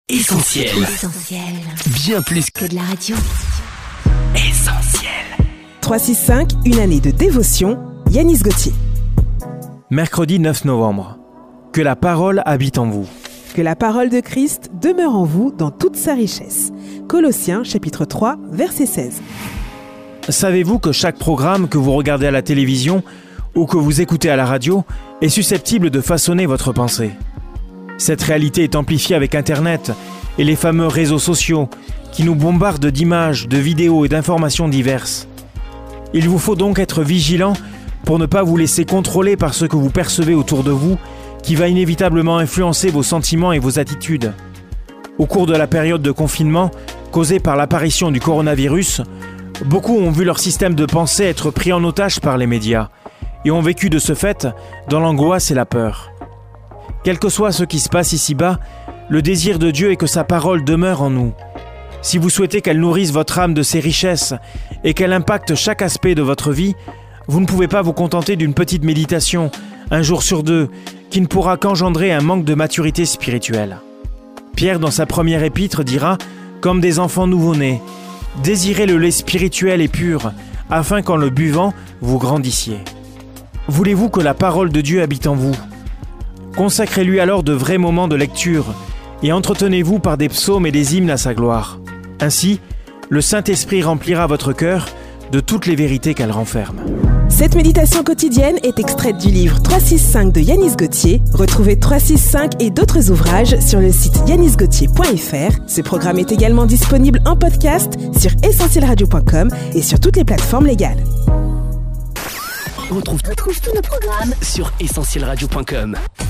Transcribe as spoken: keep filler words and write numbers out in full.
Essentiel. Essentiel. Bien plus que de la radio. Essentiel. trois six cinq, une année de dévotion, Yanis Gauthier. Mercredi neuf novembre. Que la parole habite en vous. Que la parole de Christ demeure en vous dans toute sa richesse. Colossiens chapitre trois, verset seize. Savez-vous que chaque programme que vous regardez à la télévision ou que vous écoutez à la radio est susceptible de façonner votre pensée ? Cette réalité est amplifiée avec Internet et les fameux réseaux sociaux qui nous bombardent d'images, de vidéos et d'informations diverses. Il vous faut donc être vigilant pour ne pas vous laisser contrôler par ce que vous percevez autour de vous qui va inévitablement influencer vos sentiments et vos attitudes. Au cours de la période de confinement causée par l'apparition du coronavirus, beaucoup ont vu leur système de pensée être pris en otage par les médias et ont vécu de ce fait dans l'angoisse et la peur. Quel que soit ce qui se passe ici-bas, le désir de Dieu est que sa parole demeure en nous. Si vous souhaitez qu'elle nourrisse votre âme de ses richesses et qu'elle impacte chaque aspect de votre vie, vous ne pouvez pas vous contenter d'une petite méditation, un jour sur deux, qui ne pourra qu'engendrer un manque de maturité spirituelle. Pierre, dans sa première épître, dira « Comme des enfants nouveau-nés, désirez le lait spirituel et pur, afin qu'en le buvant, vous grandissiez. » Voulez-vous que la parole de Dieu habite en vous ? Consacrez-lui alors de vrais moments de lecture et entretenez-vous par des psaumes et des hymnes à sa gloire. Ainsi, le Saint-Esprit remplira votre cœur de toutes les vérités qu'elle renferme. Cette méditation quotidienne est extraite du livre trois six cinq de Yanis Gauthier. Retrouvez trois six cinq et d'autres ouvrages sur le site yanis gauthier point f r. Ce programme est également disponible en podcast sur essentiel radio point com et sur toutes les plateformes légales. On retrouve, retrouve tous nos programmes sur essentiel radio point com.